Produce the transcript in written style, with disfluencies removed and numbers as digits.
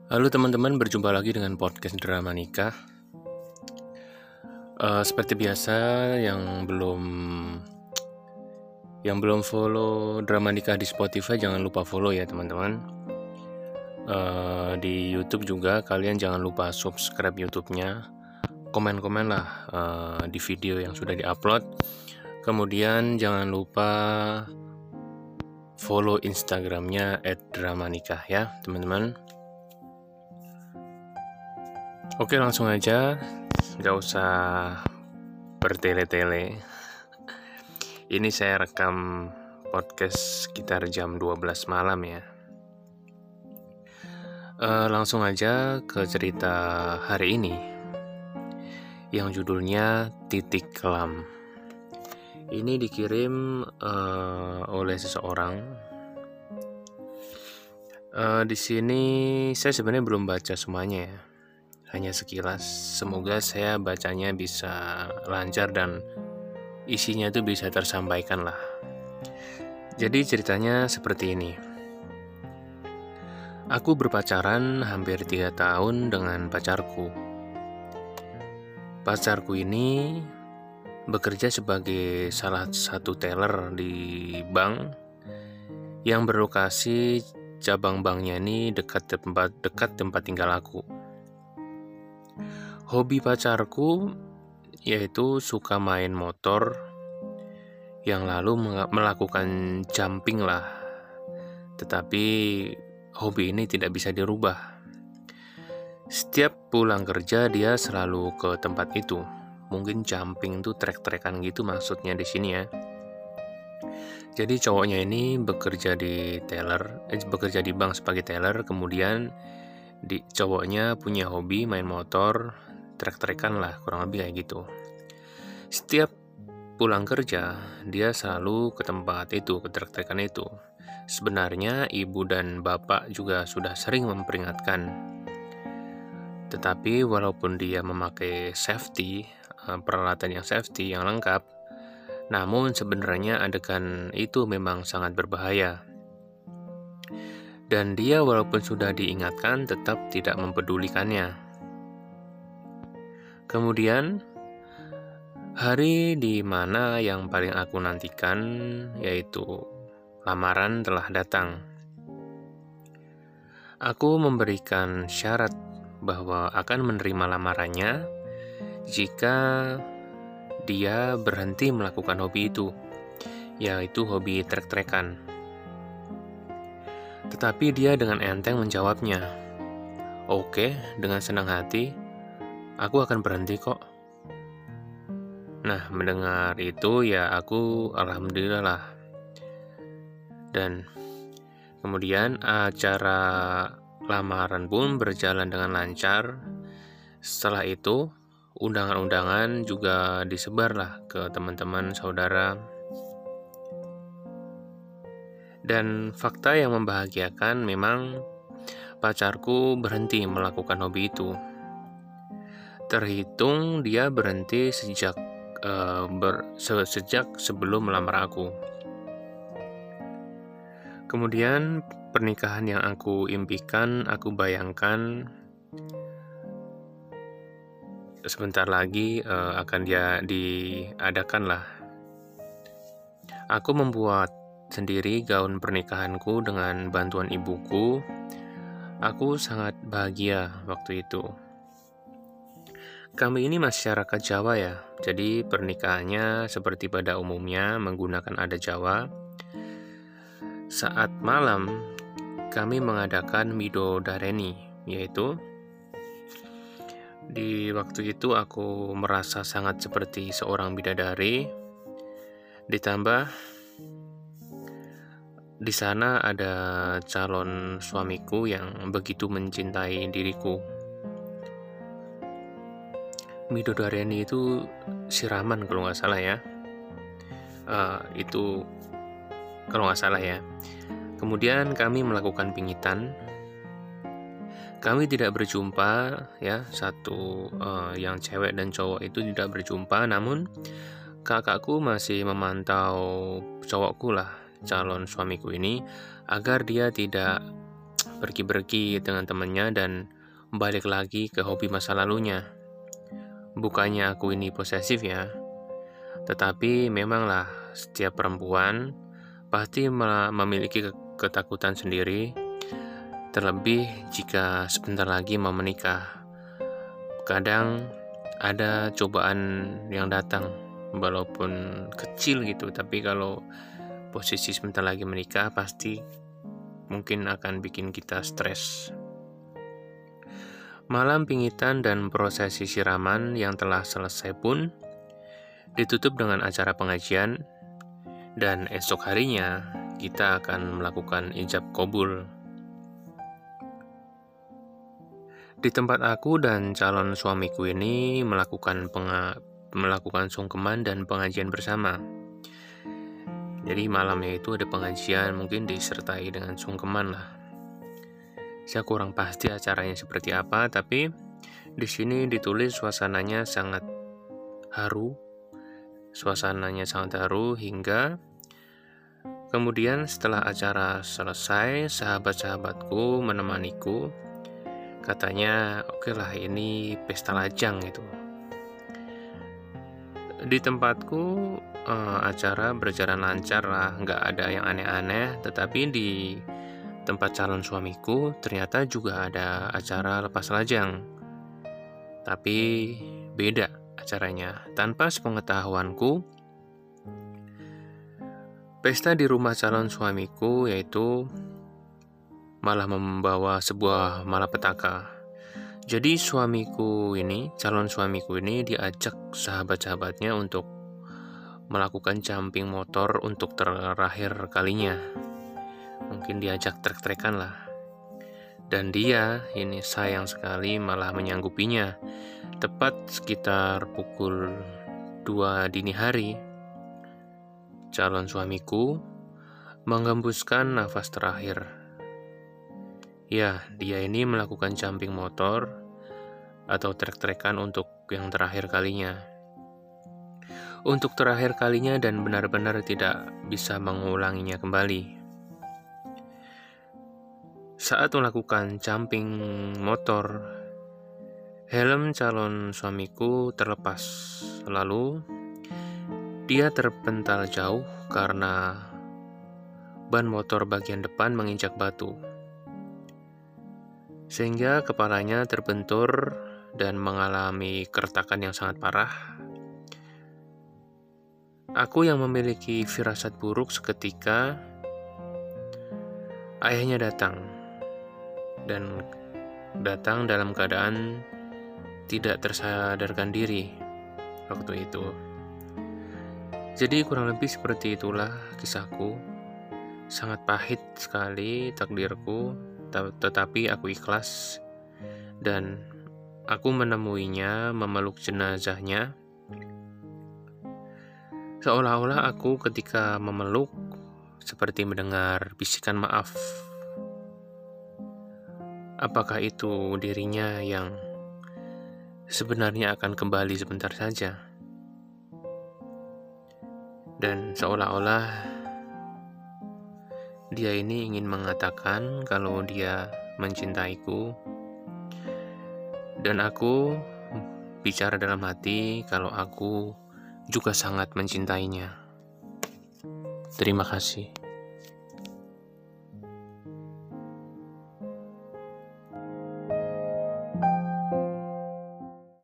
Halo teman-teman, berjumpa lagi dengan podcast Drama Nikah. Seperti biasa, yang belum follow Drama Nikah di Spotify jangan lupa follow ya teman-teman. Di YouTube juga kalian jangan lupa subscribe YouTube-nya, komen-komen lah di video yang sudah diupload. Kemudian jangan lupa follow Instagramnya @dramanikah ya teman-teman. Oke, langsung aja, gak usah bertele-tele. Ini saya rekam podcast sekitar jam 12 malam ya. Langsung aja ke cerita hari ini yang judulnya Titik Kelam. Ini dikirim oleh seseorang. Di sini saya sebenarnya belum baca semuanya ya. Hanya sekilas, semoga saya bacanya bisa lancar dan isinya itu bisa tersampaikan lah. Jadi ceritanya seperti ini. Aku berpacaran hampir 3 tahun dengan pacarku. Pacarku ini bekerja sebagai salah satu teller di bank yang berlokasi cabang banknya ini dekat tempat tinggal aku. Hobi pacarku yaitu suka main motor, yang lalu melakukan jumping lah. Tetapi hobi ini tidak bisa dirubah. Setiap pulang kerja dia selalu ke tempat itu. Mungkin jumping itu trek-trekan gitu maksudnya di sini ya. Jadi cowoknya ini bekerja di bank sebagai teller, kemudian cowoknya punya hobi main motor, trek-trekan lah, kurang lebih kayak gitu. Setiap pulang kerja, dia selalu ke tempat itu, ke trek-trekan itu. Sebenarnya ibu dan bapak juga sudah sering memperingatkan. Tetapi walaupun dia memakai peralatan yang safety, yang lengkap, namun sebenarnya adegan itu memang sangat berbahaya. Dan dia walaupun sudah diingatkan tetap tidak mempedulikannya. Kemudian hari di mana yang paling aku nantikan yaitu lamaran telah datang. Aku memberikan syarat bahwa akan menerima lamarannya jika dia berhenti melakukan hobi itu, yaitu hobi trek-trekan. Tetapi dia dengan enteng menjawabnya, "Oke, dengan senang hati, aku akan berhenti kok." Nah, mendengar itu ya aku alhamdulillah lah. Dan kemudian acara lamaran pun berjalan dengan lancar. Setelah itu, undangan-undangan juga disebarlah ke teman-teman saudara. Dan fakta yang membahagiakan memang pacarku berhenti melakukan hobi itu. Terhitung dia berhenti sejak sebelum melamar aku. Kemudian pernikahan yang aku impikan, aku bayangkan sebentar lagi akan diadakan lah. Aku membuat sendiri gaun pernikahanku dengan bantuan ibuku. Aku sangat bahagia waktu itu. Kami ini masyarakat Jawa ya, jadi pernikahannya seperti pada umumnya menggunakan adat Jawa. Saat malam, kami mengadakan midodareni, yaitu di waktu itu aku merasa sangat seperti seorang bidadari. Ditambah di sana ada calon suamiku yang begitu mencintai diriku. Midodareni itu siraman kalau nggak salah ya. Itu kalau nggak salah ya. Kemudian kami melakukan pingitan. Kami tidak berjumpa ya, yang cewek dan cowok itu tidak berjumpa. Namun kakakku masih memantau cowokku lah, calon suamiku ini, agar dia tidak pergi-pergi dengan temannya dan balik lagi ke hobi masa lalunya. Bukannya aku ini posesif ya, tetapi memanglah setiap perempuan pasti memiliki ketakutan sendiri, terlebih jika sebentar lagi mau menikah. Kadang ada cobaan yang datang, walaupun kecil gitu, tapi kalau posisi sebentar lagi menikah pasti mungkin akan bikin kita stres. Malam pingitan dan prosesi siraman yang telah selesai pun ditutup dengan acara pengajian, dan esok harinya kita akan melakukan ijab qabul. Di tempat aku dan calon suamiku ini melakukan sungkeman dan pengajian bersama. Jadi malamnya itu ada pengajian, mungkin disertai dengan sungkeman lah. Saya kurang pasti acaranya seperti apa, tapi di sini ditulis suasananya sangat haru. Hingga kemudian setelah acara selesai, sahabat-sahabatku menemaniku. Katanya, oke lah, ini pesta lajang gitu. Di tempatku acara berjalan lancar lah, nggak ada yang aneh-aneh. Tetapi di tempat calon suamiku ternyata juga ada acara lepas lajang, tapi beda acaranya. Tanpa sepengetahuanku, pesta di rumah calon suamiku yaitu malah membawa sebuah malapetaka. Jadi calon suamiku ini diajak sahabat-sahabatnya untuk melakukan jumping motor untuk terakhir kalinya. Mungkin diajak trek-trekan lah. Dan dia ini sayang sekali malah menyanggupinya. Tepat sekitar pukul 2 dini hari, calon suamiku menggembuskan nafas terakhir. Ya, dia ini melakukan jumping motor atau trek-trekan untuk yang terakhir kalinya. Untuk terakhir kalinya dan benar-benar tidak bisa mengulanginya kembali. Saat melakukan jumping motor, helm calon suamiku terlepas. Lalu, dia terpental jauh karena ban motor bagian depan menginjak batu, sehingga kepalanya terbentur dan mengalami keretakan yang sangat parah. Aku yang memiliki firasat buruk seketika, ayahnya datang dalam keadaan tidak tersadarkan diri waktu itu. Jadi kurang lebih seperti itulah kisahku. Sangat pahit sekali takdirku, tetapi aku ikhlas, dan aku menemuinya, memeluk jenazahnya. Seolah-olah aku ketika memeluk seperti mendengar bisikan maaf. Apakah itu dirinya yang sebenarnya akan kembali sebentar saja? Dan seolah-olah dia ini ingin mengatakan kalau dia mencintaiku, dan aku bicara dalam hati kalau aku juga sangat mencintainya. Terima kasih.